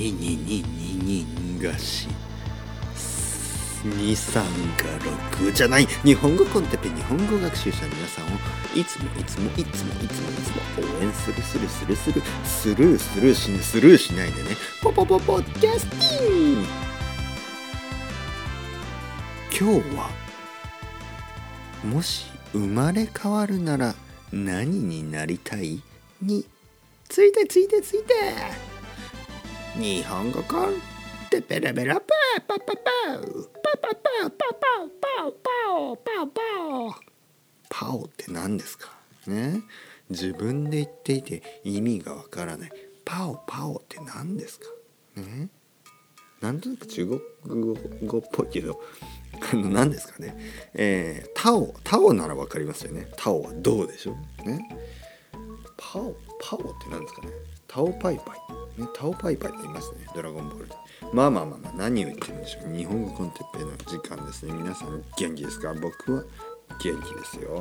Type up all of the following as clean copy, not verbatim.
222がし23が6じゃない。日本語コンテペ、日本語学習者の皆さんをいつも応援するスルーしないでね。ポッキャスティング。今日はもし生まれ変わるなら何になりたいについて日本語コンテペレベラパーパパパーパパパーパーパオって何ですかね。自分で言っていて意味がわからない。パオって何ですかね。なんとなく中国語っぽいけど何ですかね。タオならわかりますよね。タオはどうでしょうね。パオって何ですかね。タオパイパイ、ね、タオパイパイって言いますね、ドラゴンボールで。まあ何を言ってるんでしょう。日本語コンテッペの時間ですね。皆さん元気ですか？僕は元気ですよ。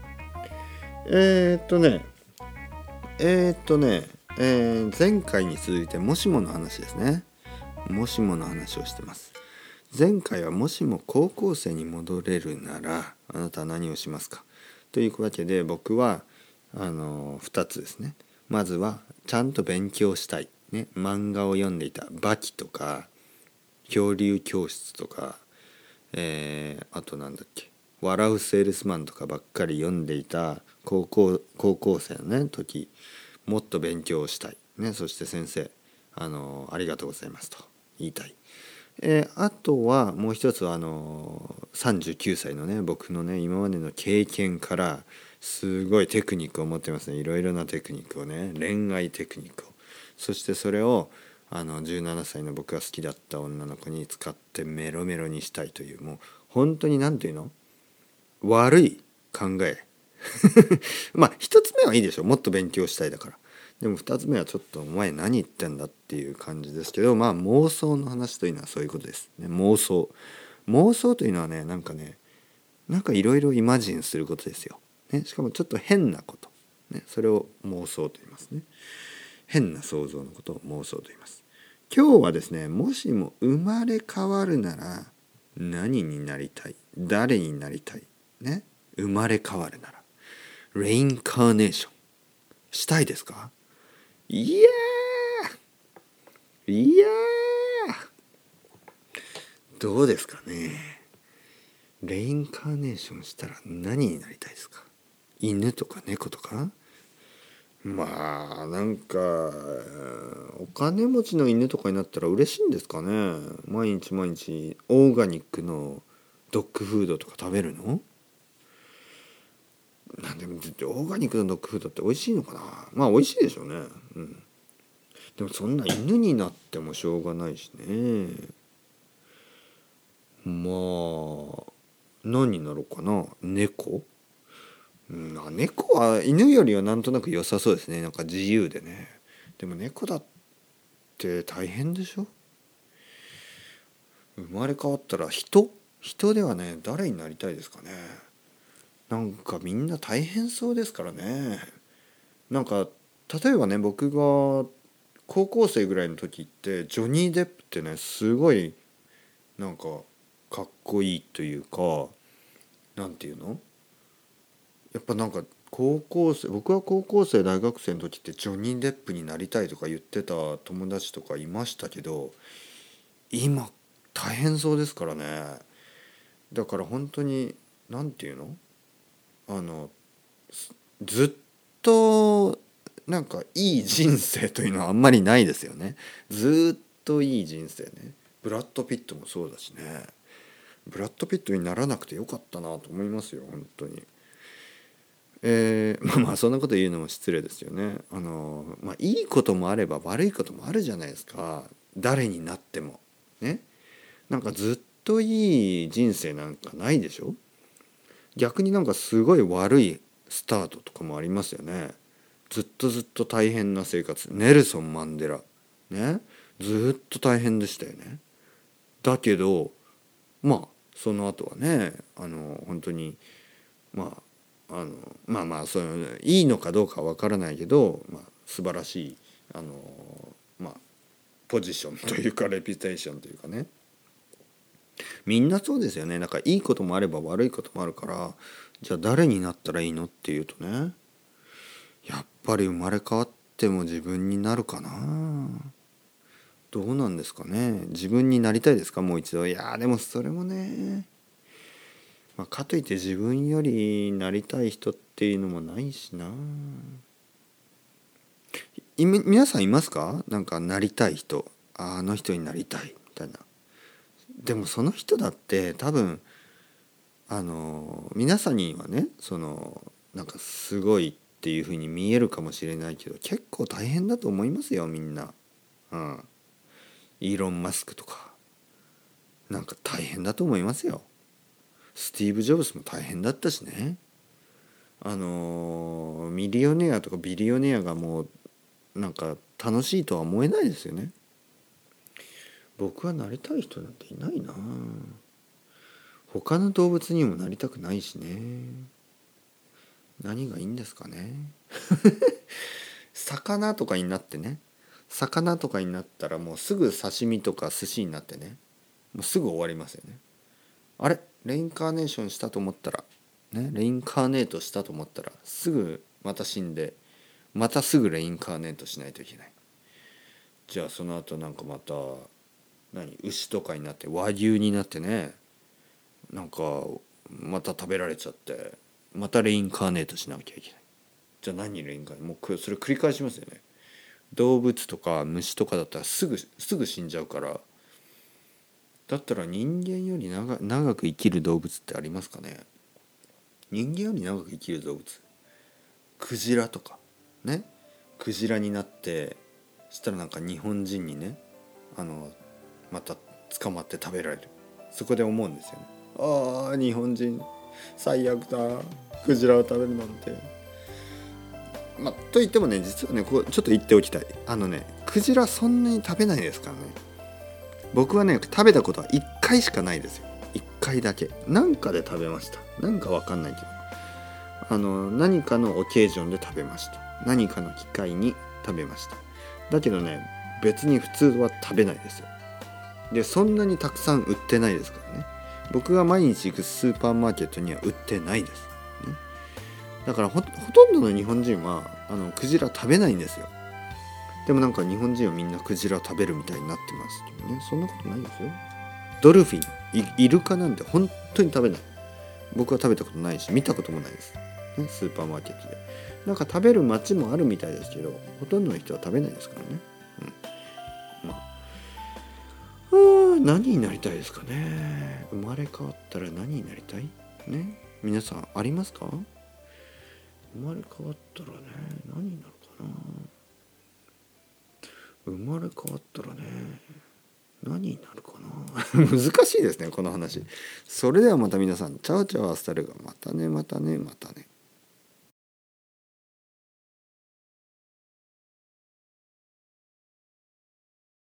前回に続いてもしもの話ですね。もしもの話をしてます。前回はもしも高校生に戻れるならあなたは何をしますかというわけで、僕は2つですね。まずはちゃんと勉強したい、ね、漫画を読んでいたバキとか恐竜教室とか、あとなんだっけ、笑うセールスマンとかばっかり読んでいた高校生のね時、もっと勉強したい、ね、そして先生ありがとうございますと言いたい。あとはもう一つは39歳のね僕のね今までの経験からすごいテクニックを持ってますね。いろいろなテクニックをね、恋愛テクニックを、そしてそれを17歳の僕が好きだった女の子に使ってメロメロにしたいという、もう本当になんていうの、悪い考えまあ一つ目はいいでしょ、もっと勉強したいだから。でも二つ目はちょっとお前何言ってんだっていう感じですけど、まあ妄想の話というのはそういうことですね。妄想というのはね、なんかいろいろイマジンすることですよ、ね、しかもちょっと変なこと、ね、それを妄想と言いますね。変な想像のことを妄想と言います。今日はですね、もしも生まれ変わるなら何になりたい、誰になりたいね。生まれ変わるならレインカーネーションしたいですか？いやどうですかね。レインカーネーションしたら何になりたいですか？犬とか猫とか？まあなんかお金持ちの犬とかになったら嬉しいんですかね。毎日オーガニックのドッグフードとか食べるの？なんでもオーガニックのドッグフードって美味しいのかな。まあ美味しいでしょうね、うん、でもそんな犬になってもしょうがないしね。まあ何になろうかな。猫？猫は犬よりはなんとなく良さそうですね。なんか自由でね。でも猫だって大変でしょ。生まれ変わったら人ではね、誰になりたいですかね。なんかみんな大変そうですからね。なんか例えばね、僕が高校生ぐらいの時ってジョニー・デップってね、すごいなんかかっこいいというか、なんていうの、やっぱなんか僕は高校生大学生の時ってジョニー・デップになりたいとか言ってた友達とかいましたけど、今大変そうですからね。だから本当になんていうの、ずっとなんかいい人生というのはあんまりないですよね。ずっといい人生ね。ブラッド・ピットもそうだしね。ブラッド・ピットにならなくてよかったなと思いますよ本当に。まあそんなこと言うのも失礼ですよね。いいこともあれば悪いこともあるじゃないですか。誰になってもね。なんかずっといい人生なんかないでしょ。逆になんかすごい悪いスタートとかもありますよね。ずっと大変な生活。ネルソン・マンデラね、ずっと大変でしたよね。だけどまあその後はね、本当にそういういいのかどうかは分からないけど、素晴らしいポジションというかレピュテーションというかね。みんなそうですよね。なんかいいこともあれば悪いこともあるから、じゃあ誰になったらいいのっていうとね、やっぱり生まれ変わっても自分になるかな。どうなんですかね。自分になりたいですか、もう一度。いやでもそれもね、かといって自分よりなりたい人っていうのもないしな。皆さんいますか？なんかなりたい人、あの人になりたいみたいな。でもその人だって多分皆さんにはね、なんかすごいっていう風に見えるかもしれないけど、結構大変だと思いますよ、みんな。イーロン・マスクとかなんか大変だと思いますよ。スティーブ・ジョブズも大変だったしね。ミリオネアとかビリオネアがもうなんか楽しいとは思えないですよね。僕はなりたい人なんていないな。他の動物にもなりたくないしね。何がいいんですかね。魚とかになってね、魚とかになったらもうすぐ刺身とか寿司になってね、もうすぐ終わりますよね。あれレインカーネーションしたと思ったらね、レインカーネートしたと思ったらすぐまた死んで、またすぐレインカーネートしないといけない。じゃあその後なんかまた牛とかになって和牛になってね、なんかまた食べられちゃってまたレインカーネートしなきゃいけない。じゃあ何レインカーネート、もうそれ繰り返しますよね。動物とか虫とかだったらすぐ死んじゃうから。だったら人間より長く生きる動物ってありますかね。人間より長く生きる動物、クジラとかね。クジラになってしたらなんか日本人にねまた捕まって食べられる。そこで思うんですよね。ああ日本人最悪だ、クジラを食べるなんて。と言ってもね、実はねちょっと言っておきたい。クジラそんなに食べないですからね。僕はね食べたことは1回しかないですよ。1回だけなんかで食べました。なんかわかんないけど何かのオケージョンで食べました。何かの機会に食べました。だけどね別に普通は食べないですよ。でそんなにたくさん売ってないですからね。僕が毎日行くスーパーマーケットには売ってないです、ね、だからほとんどの日本人はクジラ食べないんですよ。でもなんか日本人はみんなクジラ食べるみたいになってますけどね。そんなことないですよ。ドルフィン、イルカなんて本当に食べない。僕は食べたことないし見たこともないです、ね、スーパーマーケットで。なんか食べる街もあるみたいですけど、ほとんどの人は食べないですからね。何になりたいですかね。生まれ変わったら何になりたいね。皆さんありますか？生まれ変わったらね何になるかな。生まれ変わったらね何になるかな。難しいですねこの話。それではまた皆さんチャオチャオアスタルがまたねまたねまたね。